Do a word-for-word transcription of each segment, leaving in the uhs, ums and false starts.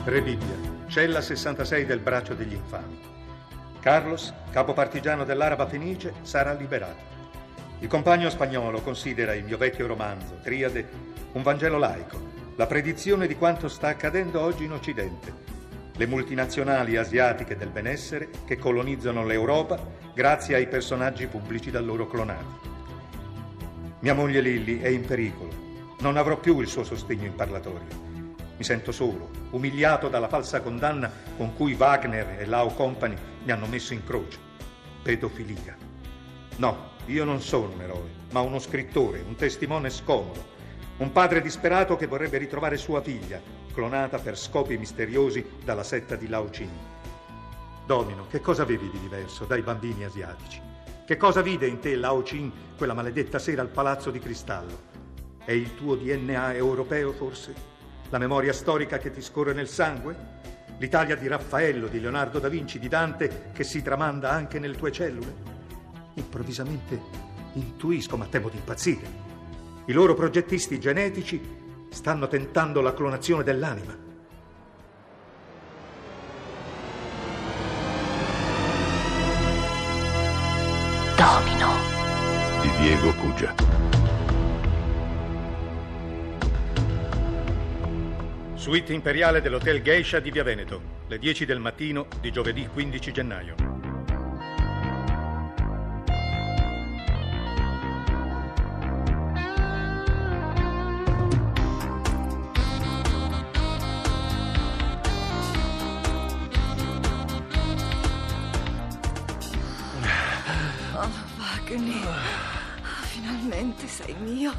Rebibbia, cella sessantasei del braccio degli infami. Carlos, capo partigiano dell'Araba Fenice, sarà liberato. Il compagno spagnolo considera il mio vecchio romanzo, Triade, un Vangelo laico, la predizione di quanto sta accadendo oggi in Occidente. Le multinazionali asiatiche del benessere che colonizzano l'Europa grazie ai personaggi pubblici da loro clonati. Mia moglie Lilly è in pericolo. Non avrò più il suo sostegno in parlatorio. Mi sento solo, umiliato dalla falsa condanna con cui Wagner e l'Ao Company mi hanno messo in croce. Pedofilia. No, io non sono un eroe, ma uno scrittore, un testimone scomodo, un padre disperato che vorrebbe ritrovare sua figlia, clonata per scopi misteriosi dalla setta di Lao Chin. Domino, che cosa avevi di diverso dai bambini asiatici? Che cosa vide in te Lao Chin quella maledetta sera al Palazzo di Cristallo? È il tuo D N A europeo, forse? La memoria storica che ti scorre nel sangue? L'Italia di Raffaello, di Leonardo da Vinci, di Dante, che si tramanda anche nelle tue cellule? Improvvisamente intuisco, ma temo di impazzire. I loro progettisti genetici stanno tentando la clonazione dell'anima. Domino di Diego Cugia. Suite imperiale dell'Hotel Geisha di Via Veneto, le dieci del mattino di giovedì quindici gennaio. Oh, Wagner, finalmente sei mio.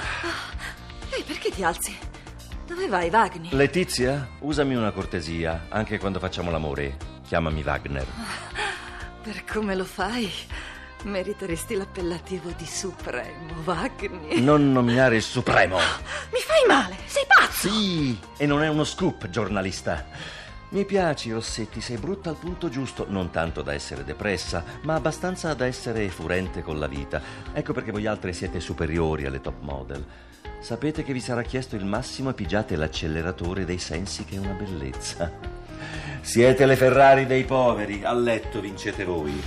Ehi, perché ti alzi? Dove vai, Wagner? Letizia, usami una cortesia, anche quando facciamo l'amore. Chiamami Wagner. Per come lo fai, meriteresti l'appellativo di Supremo, Wagner. Non nominare il Supremo. Mi fai male, sei pazzo! Sì, e non è uno scoop, giornalista. Mi piaci, Rossetti, sei brutta al punto giusto, non tanto da essere depressa, ma abbastanza da essere furente con la vita. Ecco perché voi altre siete superiori alle top model. Sapete che vi sarà chiesto il massimo e pigiate l'acceleratore dei sensi, che è una bellezza. Siete le Ferrari dei poveri, a letto vincete voi.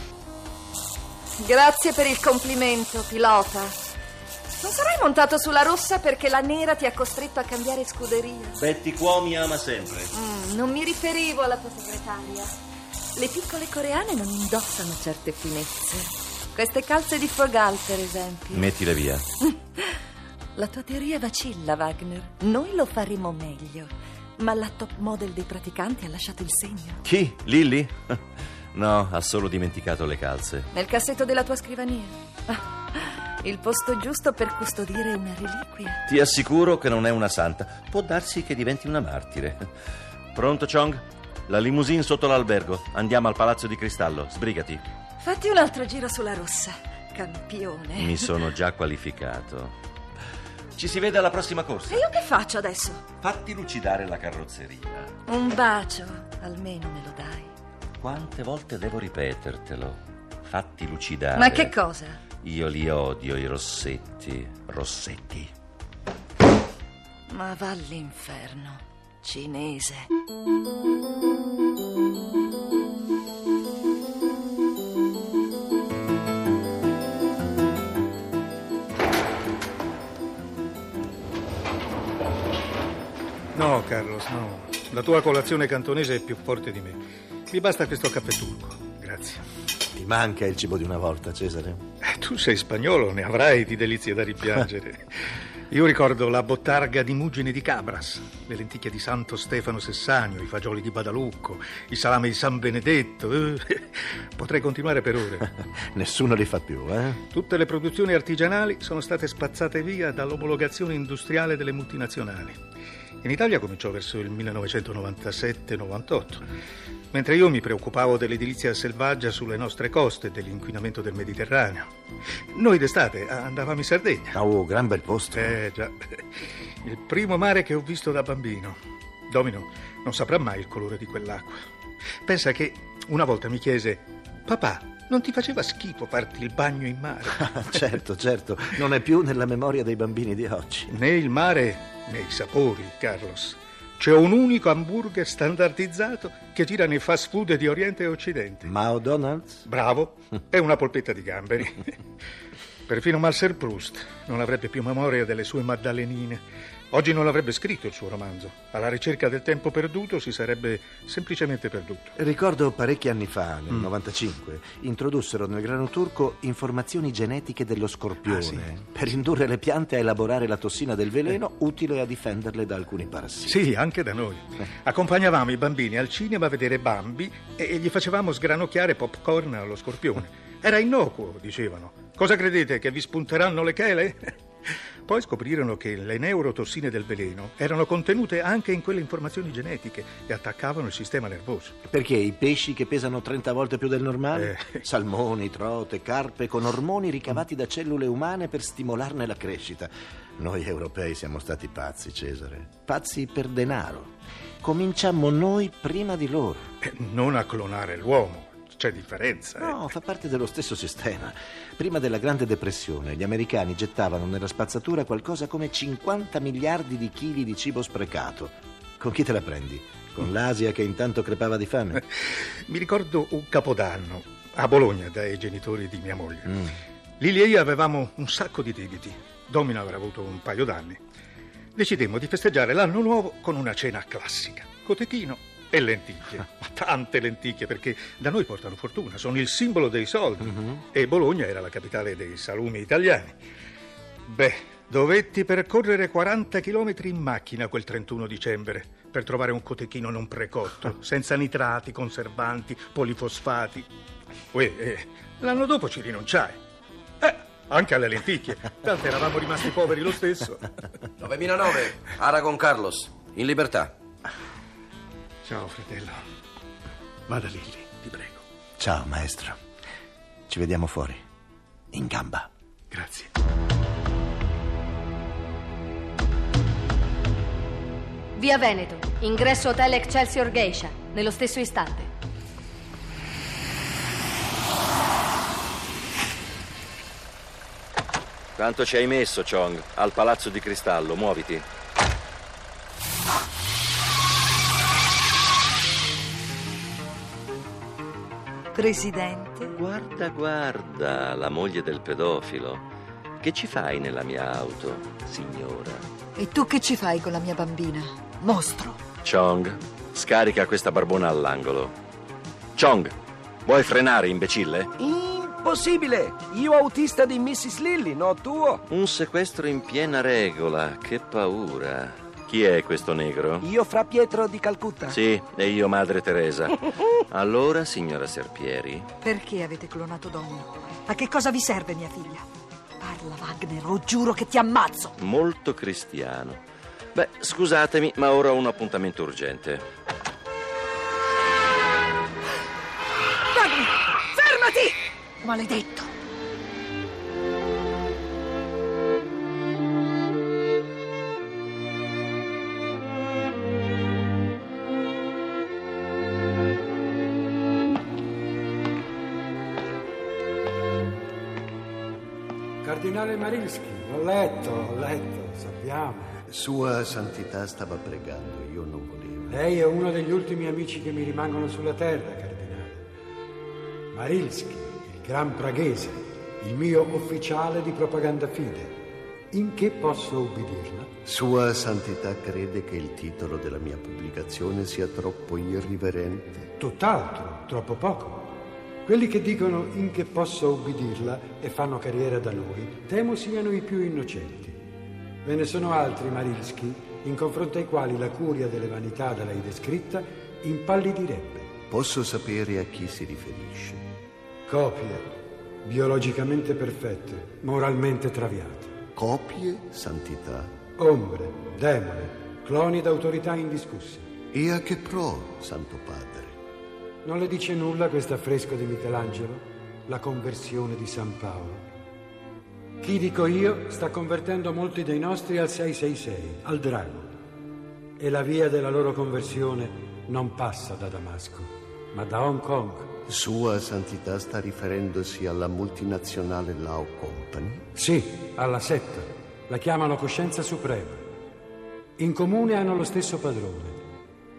Grazie per il complimento, pilota. Non sarai montato sulla rossa perché la nera ti ha costretto a cambiare scuderia? Betty Quo mi ama sempre. Mm, non mi riferivo alla tua segretaria. Le piccole coreane non indossano certe finezze. Queste calze di Fogal, per esempio. Mettile via. La tua teoria vacilla, Wagner. Noi lo faremo meglio. Ma la top model dei praticanti ha lasciato il segno. Chi? Lilly? No, ha solo dimenticato le calze. Nel cassetto della tua scrivania. Ah, il posto giusto per custodire una reliquia. Ti assicuro che non è una santa. Può darsi che diventi una martire. Pronto, Chong? La limousine sotto l'albergo. Andiamo al Palazzo di Cristallo. Sbrigati. Fatti un altro giro sulla rossa, campione. Mi sono già qualificato. Ci si vede alla prossima corsa. E io che faccio adesso? Fatti lucidare la carrozzeria. Un bacio, almeno me lo dai. Quante volte devo ripetertelo? Fatti lucidare. Ma che cosa? Io li odio, i Rossetti. Rossetti. Ma va all'inferno, cinese. No, Carlos, no. La tua colazione cantonese è più forte di me. Mi basta questo caffè turco. Grazie. Ti manca il cibo di una volta, Cesare? Eh, tu sei spagnolo, ne avrai di delizie da rimpiangere. Io ricordo la bottarga di Mugine di Cabras, le lenticchie di Santo Stefano Sessanio, i fagioli di Badalucco, i salami di San Benedetto. Eh, potrei continuare per ore. Nessuno li fa più, eh? Tutte le produzioni artigianali sono state spazzate via dall'omologazione industriale delle multinazionali. In Italia cominciò verso il millenovecentonovantasette novantotto, mentre io mi preoccupavo dell'edilizia selvaggia sulle nostre coste e dell'inquinamento del Mediterraneo. Noi d'estate andavamo in Sardegna. Oh, gran bel posto. Eh, già. Il primo mare che ho visto da bambino. Domino non saprà mai il colore di quell'acqua. Pensa che una volta mi chiese: papà, non ti faceva schifo farti il bagno in mare? Certo, certo. Non è più nella memoria dei bambini di oggi. Né il mare né i sapori, Carlos. C'è un unico hamburger standardizzato che gira nei fast food di Oriente e Occidente. McDonald's? Bravo, è una polpetta di gamberi. Perfino Marcel Proust non avrebbe più memoria delle sue maddalenine. Oggi non avrebbe scritto il suo romanzo. Alla ricerca del tempo perduto si sarebbe semplicemente perduto. Ricordo parecchi anni fa, nel Mm. novantacinque, introdussero nel grano turco informazioni genetiche dello scorpione Ah, sì. per indurre le piante a elaborare la tossina del veleno utile a difenderle da alcuni parassiti. Sì, anche da noi. Accompagnavamo i bambini al cinema a vedere Bambi e gli facevamo sgranocchiare popcorn allo scorpione. Era innocuo, dicevano. Cosa credete, che vi spunteranno le chele? Poi scoprirono che le neurotossine del veleno erano contenute anche in quelle informazioni genetiche e attaccavano il sistema nervoso. Perché i pesci che pesano trenta volte più del normale? Eh. Salmoni, trote, carpe con ormoni ricavati da cellule umane per stimolarne la crescita. Noi europei siamo stati pazzi, Cesare. Pazzi per denaro. Cominciammo noi prima di loro. Eh, non a clonare l'uomo. C'è differenza. eh. No, fa parte dello stesso sistema. Prima della Grande Depressione, gli americani gettavano nella spazzatura qualcosa come cinquanta miliardi di chili di cibo sprecato. Con chi te la prendi? Con l'Asia che intanto crepava di fame? Mi ricordo un capodanno a Bologna dai genitori di mia moglie. Mm. Lì lì avevamo un sacco di debiti. Domino avrà avuto un paio d'anni. Decidemmo di festeggiare l'anno nuovo con una cena classica. Cotechino e lenticchie. Ma tante lenticchie, perché da noi portano fortuna, sono il simbolo dei soldi. Mhm. E Bologna era la capitale dei salumi italiani. Beh, dovetti percorrere quaranta chilometri in macchina quel trentuno dicembre per trovare un cotechino non precotto, senza nitrati, conservanti, polifosfati. Uè, eh, l'anno dopo ci rinunciai. Eh, anche alle lenticchie. Tanto eravamo rimasti poveri lo stesso. novantanove, Aragon Carlos, in libertà. Ciao, fratello. Vada, Lilli, ti prego. Ciao, maestro. Ci vediamo fuori. In gamba. Grazie. Via Veneto, ingresso Hotel Excelsior Geisha, nello stesso istante. Quanto ci hai messo, Chong? Al Palazzo di Cristallo, muoviti. Presidente? Guarda, guarda, la moglie del pedofilo. Che ci fai nella mia auto, signora? E tu che ci fai con la mia bambina? Mostro! Chong, scarica questa barbona all'angolo. Chong, vuoi frenare, imbecille? Impossibile! Io autista di missus Lilly, no tuo. Un sequestro in piena regola, che paura. Chi è questo negro? Io fra Pietro di Calcutta. Sì, e io madre Teresa. Allora, signora Serpieri? Perché avete clonato Domino? A che cosa vi serve mia figlia? Parla, Wagner, o giuro che ti ammazzo! Molto cristiano. Beh, scusatemi, ma ora ho un appuntamento urgente. Wagner, fermati! Maledetto! Cardinale Marilski, ho letto, ho letto, sappiamo. Sua Santità stava pregando, io non volevo. Lei è uno degli ultimi amici che mi rimangono sulla terra, cardinale. Marilski, il gran praghese, il mio ufficiale di propaganda fide. In che posso ubbidirla? Sua Santità crede che il titolo della mia pubblicazione sia troppo irriverente? Tutt'altro, troppo poco. Quelli che dicono in che posso ubbidirla e fanno carriera da noi, temo siano i più innocenti. Ve ne sono altri, Marilski, in confronto ai quali la curia delle vanità da lei descritta impallidirebbe. Posso sapere a chi si riferisce? Copie, biologicamente perfette, moralmente traviate. Copie, Santità? Ombre, demone, cloni d'autorità indiscusse. E a che pro, Santo Padre? Non le dice nulla questo affresco di Michelangelo? La conversione di San Paolo? Chi dico io sta convertendo molti dei nostri al sei sei sei, al drago. E la via della loro conversione non passa da Damasco, ma da Hong Kong. Sua Santità sta riferendosi alla multinazionale Lao Company? Sì, alla setta. La chiamano coscienza suprema. In comune hanno lo stesso padrone.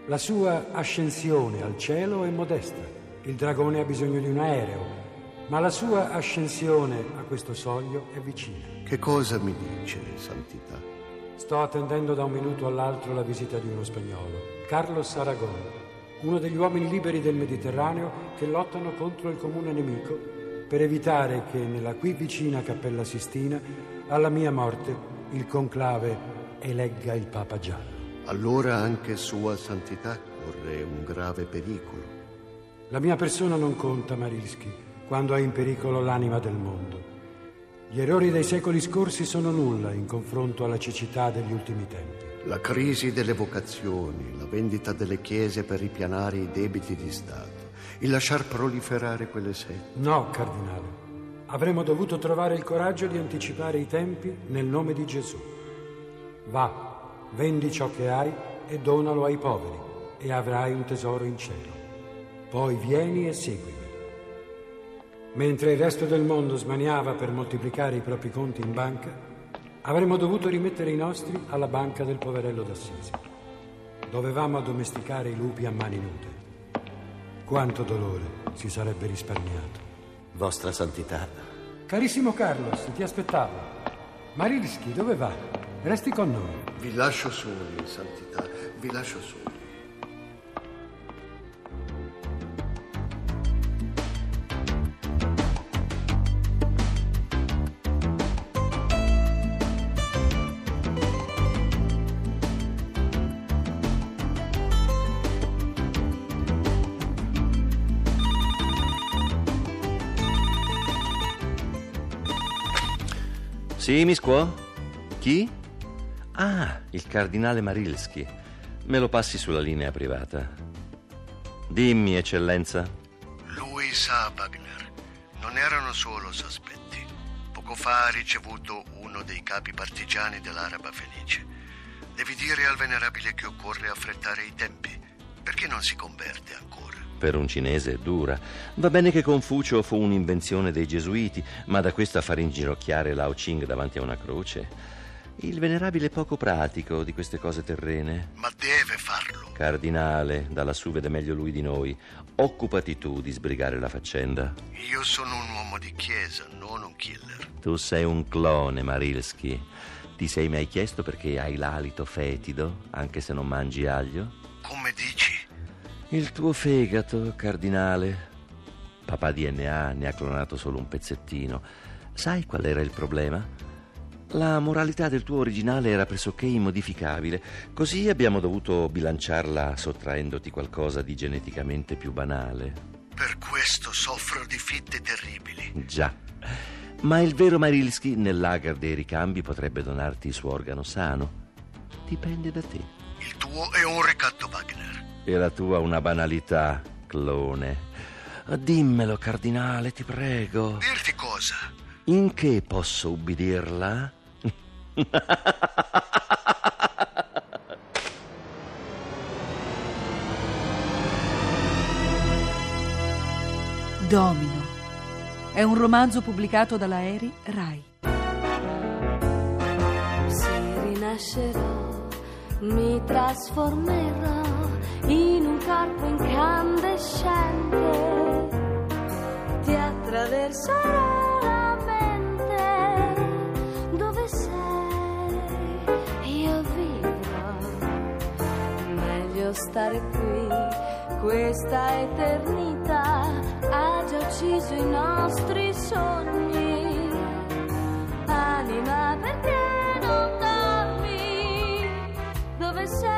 La sua ascensione al cielo è modesta. Il dragone ha bisogno di un aereo, ma la sua ascensione a questo soglio è vicina. Che cosa mi dice, Santità? Sto attendendo da un minuto all'altro la visita di uno spagnolo, Carlos Aragón, uno degli uomini liberi del Mediterraneo che lottano contro il comune nemico per evitare che nella qui vicina Cappella Sistina, alla mia morte, il conclave elegga il Papa Giallo. Allora anche Sua Santità corre un grave pericolo. La mia persona non conta, Marilski, quando è in pericolo l'anima del mondo. Gli errori dei secoli scorsi sono nulla in confronto alla cecità degli ultimi tempi. La crisi delle vocazioni, la vendita delle chiese per ripianare i debiti di Stato, il lasciar proliferare quelle sette. No, cardinale. Avremmo dovuto trovare il coraggio di anticipare i tempi nel nome di Gesù. Va. Vendi ciò che hai e donalo ai poveri e avrai un tesoro in cielo. Poi vieni e seguimi. Mentre il resto del mondo smaniava per moltiplicare i propri conti in banca, avremmo dovuto rimettere i nostri alla banca del poverello d'Assisi. Dovevamo addomesticare i lupi a mani nude. Quanto dolore si sarebbe risparmiato. Vostra Santità. Carissimo Carlos, ti aspettavo. Marilski, dove va? Resti con noi. Vi lascio soli, Santità, vi lascio soli. Sì, mi scuo? Chi? Ah, il cardinale Marilski. Me lo passi sulla linea privata. Dimmi, eccellenza. Lui sa, Wagner. Non erano solo sospetti. Poco fa ha ricevuto uno dei capi partigiani dell'Araba Fenice. Devi dire al venerabile che occorre affrettare i tempi. Perché non si converte ancora? Per un cinese è dura. Va bene che Confucio fu un'invenzione dei gesuiti, ma da questo a far inginocchiare Lao Ching davanti a una croce... Il venerabile è poco pratico di queste cose terrene. Ma deve farlo. Cardinale, da lassù vede meglio lui di noi. Occupati tu di sbrigare la faccenda. Io sono un uomo di chiesa, non un killer. Tu sei un clone, Marilski. Ti sei mai chiesto perché hai l'alito fetido, anche se non mangi aglio? Come dici? Il tuo fegato, cardinale. Papà D N A ne ha clonato solo un pezzettino. Sai qual era il problema? La moralità del tuo originale era pressoché immodificabile, così abbiamo dovuto bilanciarla sottraendoti qualcosa di geneticamente più banale. Per questo soffro di fitte terribili. Già, ma il vero Marilski nel lager dei ricambi potrebbe donarti il suo organo sano. Dipende da te. Il tuo è un ricatto, Wagner. E la tua una banalità, clone. Dimmelo, cardinale, ti prego. Dirti cosa? In che posso ubbidirla? Domino è un romanzo pubblicato dalla Eri Rai. Si rinascerò, mi trasformerò in un corpo incandescente, ti attraverserò la mente, dove sei io vivrò, meglio stare qui, questa eternità ha già ucciso i nostri sogni, anima perché non dormi, dove sei?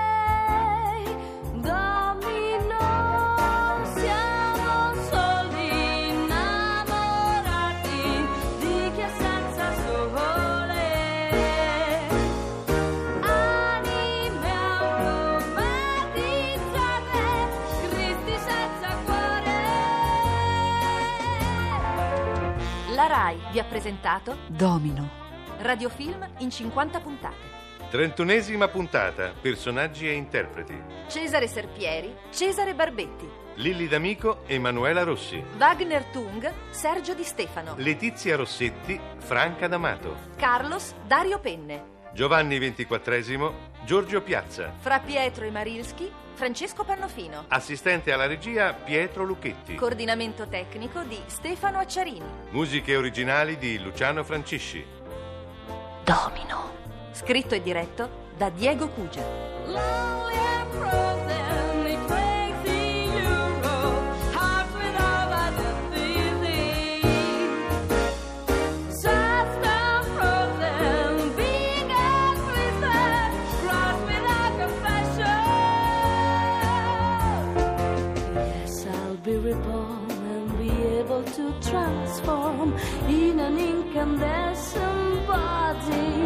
La Rai vi ha presentato Domino, radiofilm in cinquanta puntate. trentunesima puntata, personaggi e interpreti. Cesare Serpieri, Cesare Barbetti. Lilli D'Amico, Emanuela Rossi. Wagner Tung, Sergio Di Stefano. Letizia Rossetti, Franca D'Amato. Carlos, Dario Penne. Giovanni ventiquattresimo, Giorgio Piazza. Fra Pietro e Marilski, Francesco Pannofino. Assistente alla regia, Pietro Lucchetti. Coordinamento tecnico di Stefano Acciarini. Musiche originali di Luciano Francisci. Domino. Scritto e diretto da Diego Cugia. Be reborn and be able to transform in an incandescent body.